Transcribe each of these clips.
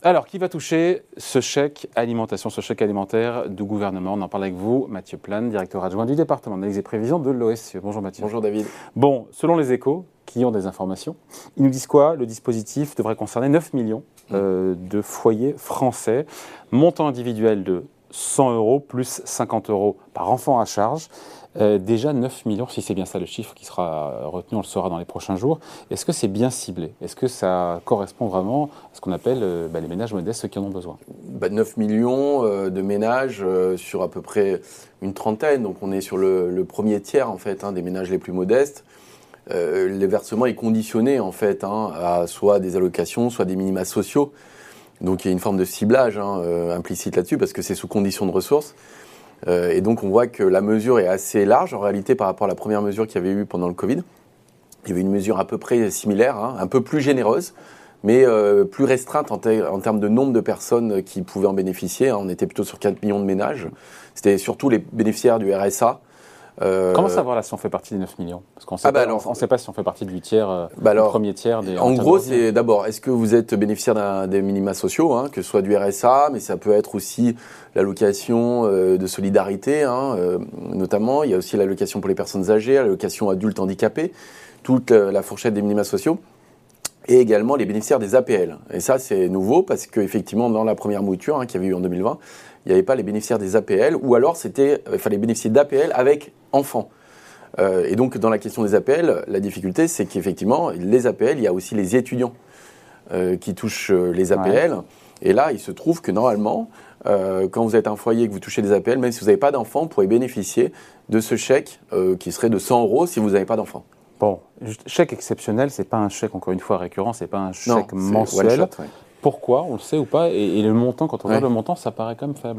Alors, qui va toucher ce chèque alimentation, ce chèque alimentaire du gouvernement? On en parle avec vous, Mathieu Plane, directeur adjoint du département d'analyse et prévision de l'OSCE. Bonjour Mathieu. Bonjour David. Bon, selon les Échos, qui ont des informations, ils nous disent quoi? Le dispositif devrait concerner 9 millions de foyers français, montant individuel de 100 € plus 50 € par enfant à charge. Déjà 9 millions, si c'est bien ça le chiffre qui sera retenu, on le saura dans les prochains jours. Est-ce que c'est bien ciblé? Est-ce que ça correspond vraiment à ce qu'on appelle les ménages modestes, ceux qui en ont besoin? 9 millions de ménages sur à peu près une trentaine, donc on est sur le premier tiers en fait, des ménages les plus modestes. Le versement est conditionné en fait à soit des allocations, soit des minima sociaux. Donc il y a une forme de ciblage implicite là-dessus parce que c'est sous condition de ressources. Et donc on voit que la mesure est assez large en réalité par rapport à la première mesure qu'il y avait eu pendant le Covid. Il y avait une mesure à peu près similaire, un peu plus généreuse, mais plus restreinte en termes de nombre de personnes qui pouvaient en bénéficier. On était plutôt sur 4 millions de ménages. C'était surtout les bénéficiaires du RSA. Comment savoir là si on fait partie des 9 millions? Parce qu'on ne sait pas si on fait partie du tiers, du premier tiers des... En gros, c'est d'abord, est-ce que vous êtes bénéficiaire des minima sociaux, que ce soit du RSA, mais ça peut être aussi l'allocation de solidarité, notamment. Il y a aussi l'allocation pour les personnes âgées, l'allocation adultes handicapés, toute la fourchette des minima sociaux. Et également les bénéficiaires des APL. Et ça, c'est nouveau parce qu'effectivement, dans la première mouture qu'il y avait eu en 2020, il n'y avait pas les bénéficiaires des APL, ou alors il fallait bénéficier d'APL avec enfants. Et donc, dans la question des APL, la difficulté, c'est qu'effectivement, les APL, il y a aussi les étudiants qui touchent les APL. Ouais. Et là, il se trouve que normalement, quand vous êtes un foyer et que vous touchez des APL, même si vous n'avez pas d'enfants, vous pourrez bénéficier de ce chèque qui serait de 100 € si vous n'avez pas d'enfants. Bon, chèque exceptionnel, c'est pas un chèque, encore une fois, récurrent, c'est pas un chèque mensuel. One shot, ouais. Pourquoi? On le sait ou pas? Et le montant, quand on regarde le montant, ça paraît quand même faible.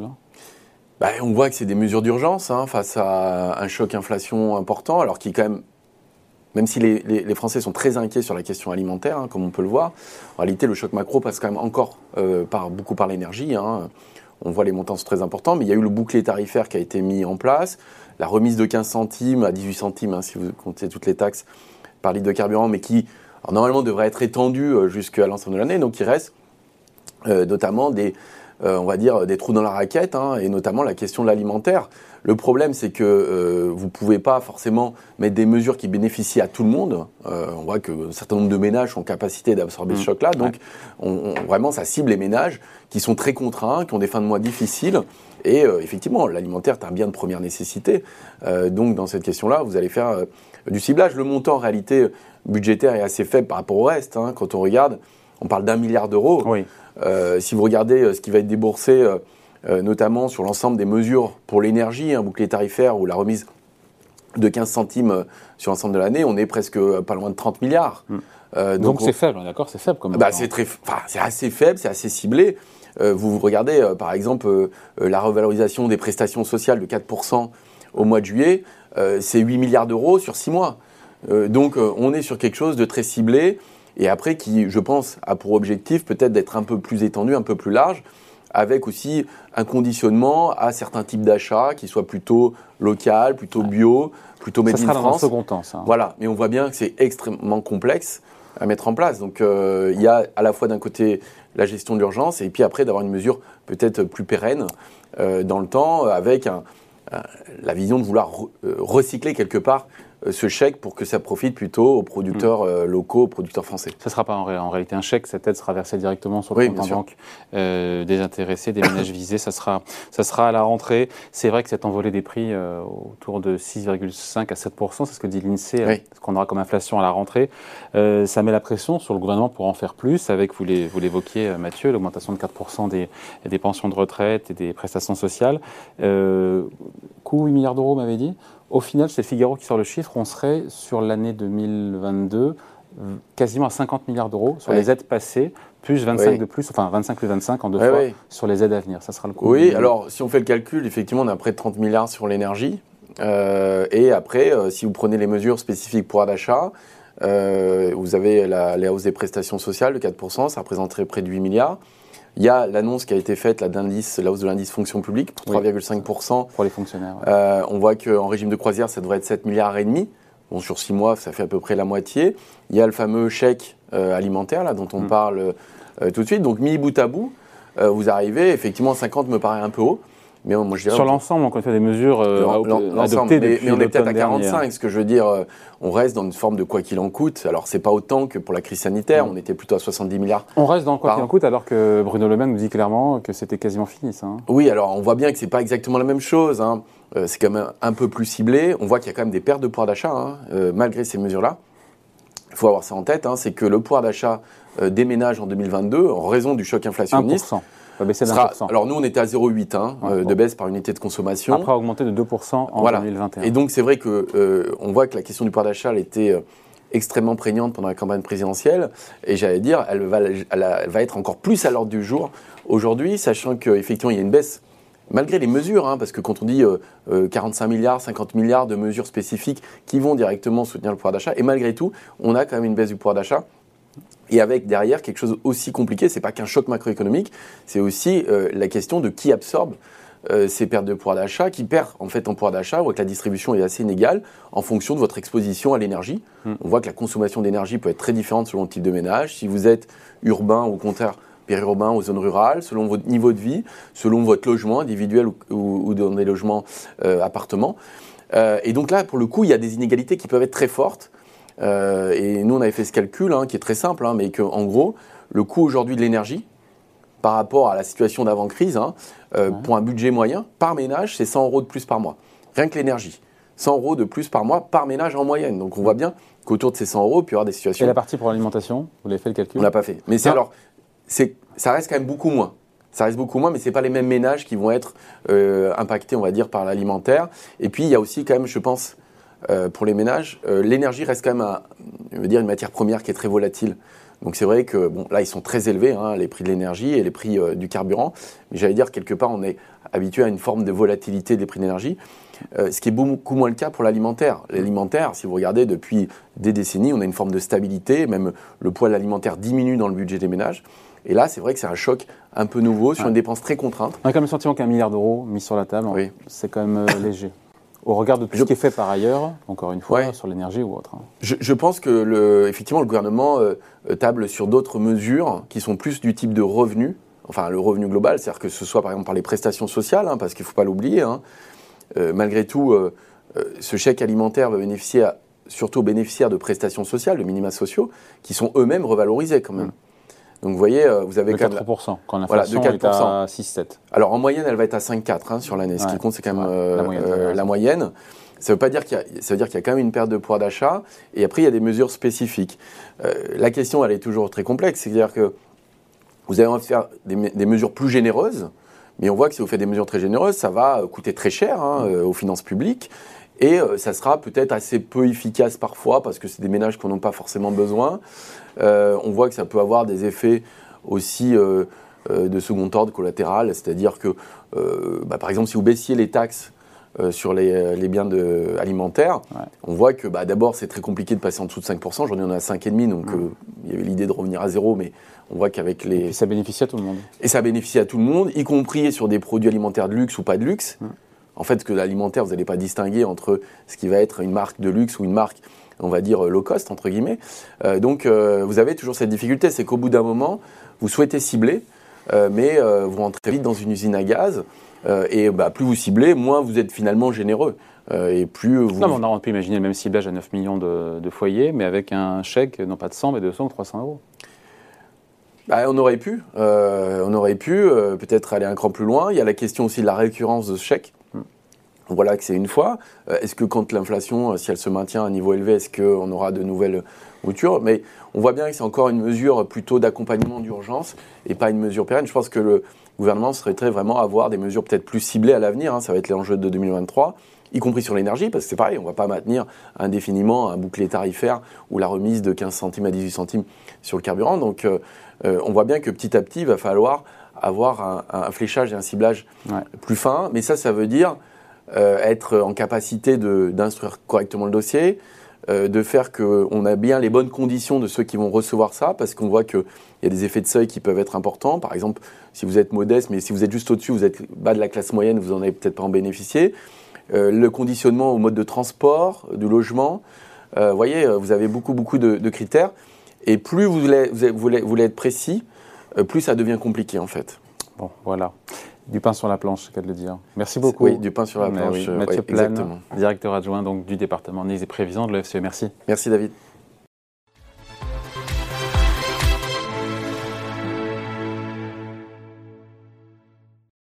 On voit que c'est des mesures d'urgence face à un choc inflation important, alors qui quand même si les Français sont très inquiets sur la question alimentaire, comme on peut le voir, en réalité, le choc macro passe quand même encore beaucoup par l'énergie. On voit les montants sont très importants, mais il y a eu le bouclier tarifaire qui a été mis en place, la remise de 15 centimes à 18 centimes, si vous comptez toutes les taxes par litre de carburant, mais qui normalement devrait être étendue jusqu'à l'ensemble de l'année. Donc il reste notamment des trous dans la raquette, et notamment la question de l'alimentaire. Le problème, c'est que vous ne pouvez pas forcément mettre des mesures qui bénéficient à tout le monde. On voit qu'un certain nombre de ménages sont en capacité d'absorber ce choc-là. Donc, vraiment, ça cible les ménages qui sont très contraints, qui ont des fins de mois difficiles. Et effectivement, l'alimentaire est un bien de première nécessité. Donc, dans cette question-là, vous allez faire du ciblage. Le montant, en réalité, budgétaire est assez faible par rapport au reste. Quand on regarde, on parle d'1 milliard d'euros. Oui. Si vous regardez ce qui va être déboursé, notamment sur l'ensemble des mesures pour l'énergie, un bouclier tarifaire ou la remise de 15 centimes sur l'ensemble de l'année, on est presque pas loin de 30 milliards. Donc c'est faible, d'accord, c'est faible comme c'est assez faible, c'est assez ciblé. Vous regardez, par exemple, la revalorisation des prestations sociales de 4% au mois de juillet, c'est 8 milliards d'euros sur 6 mois. Donc on est sur quelque chose de très ciblé. Et après, qui, je pense, a pour objectif peut-être d'être un peu plus étendu, un peu plus large, avec aussi un conditionnement à certains types d'achats qui soient plutôt local, plutôt bio, plutôt made in France. Ça sera dans un second temps, ça. Voilà, mais on voit bien que c'est extrêmement complexe à mettre en place. Donc, il y a à la fois d'un côté la gestion de l'urgence et puis après d'avoir une mesure peut-être plus pérenne dans le temps avec la vision de vouloir recycler quelque part ce chèque pour que ça profite plutôt aux producteurs locaux, aux producteurs français. Ça ne sera pas en réalité un chèque, cette aide sera versée directement sur le compte en banque des intéressés, des ménages visés. Ça sera à la rentrée. C'est vrai que cette envolée des prix autour de 6,5 à 7%, c'est ce que dit l'INSEE, ce qu'on aura comme inflation à la rentrée. Ça met la pression sur le gouvernement pour en faire plus, avec, vous l'évoquiez Mathieu, l'augmentation de 4% des pensions de retraite et des prestations sociales. Coût 8 milliards d'euros, m'avez dit. Au final, c'est le Figaro qui sort le chiffre, on serait sur l'année 2022 quasiment à 50 milliards d'euros sur les aides passées, plus 25 de plus, enfin 25 plus 25 en deux fois sur les aides à venir. Ça sera le coût. Oui, alors si on fait le calcul, effectivement, on a près de 30 milliards sur l'énergie. Et après, si vous prenez les mesures spécifiques pour d'achat, vous avez la hausse des prestations sociales de 4%, ça représenterait près de 8 milliards. Il y a l'annonce qui a été faite, la hausse de l'indice fonction publique pour 3,5%. Pour les fonctionnaires. On voit qu'en régime de croisière, ça devrait être 7,5 milliards. Bon, sur 6 mois, ça fait à peu près la moitié. Il y a le fameux chèque alimentaire là, dont on parle tout de suite. Donc, mis bout à bout, vous arrivez, effectivement, 50 me paraît un peu haut. Mais moi, je dirais, sur l'ensemble, on fait des mesures adoptées depuis mais on est peut-être à 45. dernier. Ce que je veux dire, on reste dans une forme de quoi qu'il en coûte. Alors, c'est pas autant que pour la crise sanitaire. On était plutôt à 70 milliards. On reste dans quoi qu'il en coûte, alors que Bruno Le Maire nous dit clairement que c'était quasiment fini, ça. Oui, alors on voit bien que c'est pas exactement la même chose. C'est quand même un peu plus ciblé. On voit qu'il y a quand même des pertes de pouvoir d'achat, malgré ces mesures-là. Il faut avoir ça en tête. C'est que le pouvoir d'achat des ménages en 2022, en raison du choc inflationniste, 1%. Va baisser d'1%. Alors nous, on était à 0,8 de baisse par unité de consommation. Après, augmenté de 2% en 2021. Et donc, c'est vrai qu'on voit que la question du pouvoir d'achat, elle était extrêmement prégnante pendant la campagne présidentielle. Et j'allais dire, elle va être encore plus à l'ordre du jour aujourd'hui, sachant qu'effectivement, il y a une baisse, malgré les mesures, parce que quand on dit 45 milliards, 50 milliards de mesures spécifiques qui vont directement soutenir le pouvoir d'achat, et malgré tout, on a quand même une baisse du pouvoir d'achat. Et avec derrière quelque chose aussi compliqué, c'est pas qu'un choc macroéconomique, c'est aussi la question de qui absorbe ces pertes de pouvoir d'achat, qui perd en fait en pouvoir d'achat. On voit que la distribution est assez inégale en fonction de votre exposition à l'énergie. On voit que la consommation d'énergie peut être très différente selon le type de ménage. Si vous êtes urbain ou au contraire périurbain ou zone rurale, selon votre niveau de vie, selon votre logement individuel ou dans des logements appartements. Et donc là, pour le coup, il y a des inégalités qui peuvent être très fortes. Et nous, on avait fait ce calcul qui est très simple, mais qu'en gros, le coût aujourd'hui de l'énergie, par rapport à la situation d'avant-crise, pour un budget moyen, par ménage, c'est 100 € de plus par mois. Rien que l'énergie. 100 € de plus par mois par ménage en moyenne. Donc on voit bien qu'autour de ces 100 €, il peut y avoir des situations... Et la partie pour l'alimentation, vous l'avez fait le calcul ? On ne l'a pas fait. Mais ça reste quand même beaucoup moins. Ça reste beaucoup moins, mais ce n'est pas les mêmes ménages qui vont être impactés, on va dire, par l'alimentaire. Et puis, il y a aussi quand même, je pense... pour les ménages, l'énergie reste quand même une matière première qui est très volatile. Donc c'est vrai que là ils sont très élevés, les prix de l'énergie et les prix du carburant. Mais j'allais dire quelque part on est habitué à une forme de volatilité des prix de l'énergie, ce qui est beaucoup moins le cas pour l'alimentaire. L'alimentaire, si vous regardez depuis des décennies, on a une forme de stabilité, même le poids de l'alimentaire diminue dans le budget des ménages. Et là, c'est vrai que c'est un choc un peu nouveau sur une dépense très contrainte. On a quand même le sentiment qu'1 milliard d'euros mis sur la table, c'est quand même léger. Au regard de tout ce qui est fait par ailleurs, encore une fois, sur l'énergie ou autre. Je pense que effectivement, le gouvernement table sur d'autres mesures qui sont plus du type de revenu, enfin le revenu global, c'est-à-dire que ce soit par exemple par les prestations sociales, parce qu'il ne faut pas l'oublier. Malgré tout, ce chèque alimentaire va bénéficier surtout aux bénéficiaires de prestations sociales, de minima sociaux, qui sont eux-mêmes revalorisés quand même. Donc vous voyez, vous avez quand même... 4%, quand l'inflation est à 6,7. Alors en moyenne, elle va être à 5,4 sur l'année. Ce qui compte, c'est quand même la moyenne. Ça veut pas dire ça veut dire qu'il y a quand même une perte de pouvoir d'achat. Et après, il y a des mesures spécifiques. La question, elle est toujours très complexe. C'est-à-dire que vous allez faire des mesures plus généreuses, mais on voit que si vous faites des mesures très généreuses, ça va coûter très cher aux finances publiques. Et ça sera peut-être assez peu efficace parfois parce que c'est des ménages qui n'en ont pas forcément besoin. On voit que ça peut avoir des effets aussi de second ordre collatéral, c'est-à-dire que, par exemple, si vous baissiez les taxes sur les biens alimentaires, on voit que d'abord c'est très compliqué de passer en dessous de 5%. Aujourd'hui on est à 5,5%, donc il y avait l'idée de revenir à 0, mais on voit qu'avec les... Et puis ça bénéficie à tout le monde. Et ça bénéficie à tout le monde, y compris sur des produits alimentaires de luxe ou pas de luxe. En fait, que l'alimentaire, vous n'allez pas distinguer entre ce qui va être une marque de luxe ou une marque, on va dire, low cost, entre guillemets. Donc, vous avez toujours cette difficulté, c'est qu'au bout d'un moment, vous souhaitez cibler, mais vous rentrez vite dans une usine à gaz. Et plus vous ciblez, moins vous êtes finalement généreux. Et plus vous... Non, mais on peut imaginer le même ciblage à 9 millions de foyers, mais avec un chèque, non pas de 100, mais de 200 ou 300 €. On aurait pu peut-être aller un cran plus loin. Il y a la question aussi de la récurrence de ce chèque. Voilà que c'est une fois. Est-ce que quand l'inflation, si elle se maintient à un niveau élevé, est-ce qu'on aura de nouvelles moutures ? Mais on voit bien que c'est encore une mesure plutôt d'accompagnement d'urgence et pas une mesure pérenne. Je pense que le gouvernement souhaiterait vraiment avoir des mesures peut-être plus ciblées à l'avenir. Ça va être l'enjeu de 2023, y compris sur l'énergie, parce que c'est pareil, on ne va pas maintenir indéfiniment un bouclier tarifaire ou la remise de 15 centimes à 18 centimes sur le carburant. Donc on voit bien que petit à petit, il va falloir avoir un fléchage et un ciblage plus fin. Mais ça veut dire... être en capacité d'instruire correctement le dossier, de faire qu'on a bien les bonnes conditions de ceux qui vont recevoir ça, parce qu'on voit qu'il y a des effets de seuil qui peuvent être importants. Par exemple, si vous êtes modeste, mais si vous êtes juste au-dessus, vous êtes bas de la classe moyenne, vous n'en avez peut-être pas en bénéficié. Le conditionnement au mode de transport, du logement. Vous voyez, vous avez beaucoup de critères. Et plus vous voulez être précis, plus ça devient compliqué en fait. Bon, voilà. Du pain sur la planche, c'est le cas de le dire. Merci beaucoup. Oui, du pain sur la planche. Oui. Mathieu Plane, directeur adjoint donc, du département Analyse et Prévision de l'OFCE. Merci. Merci David.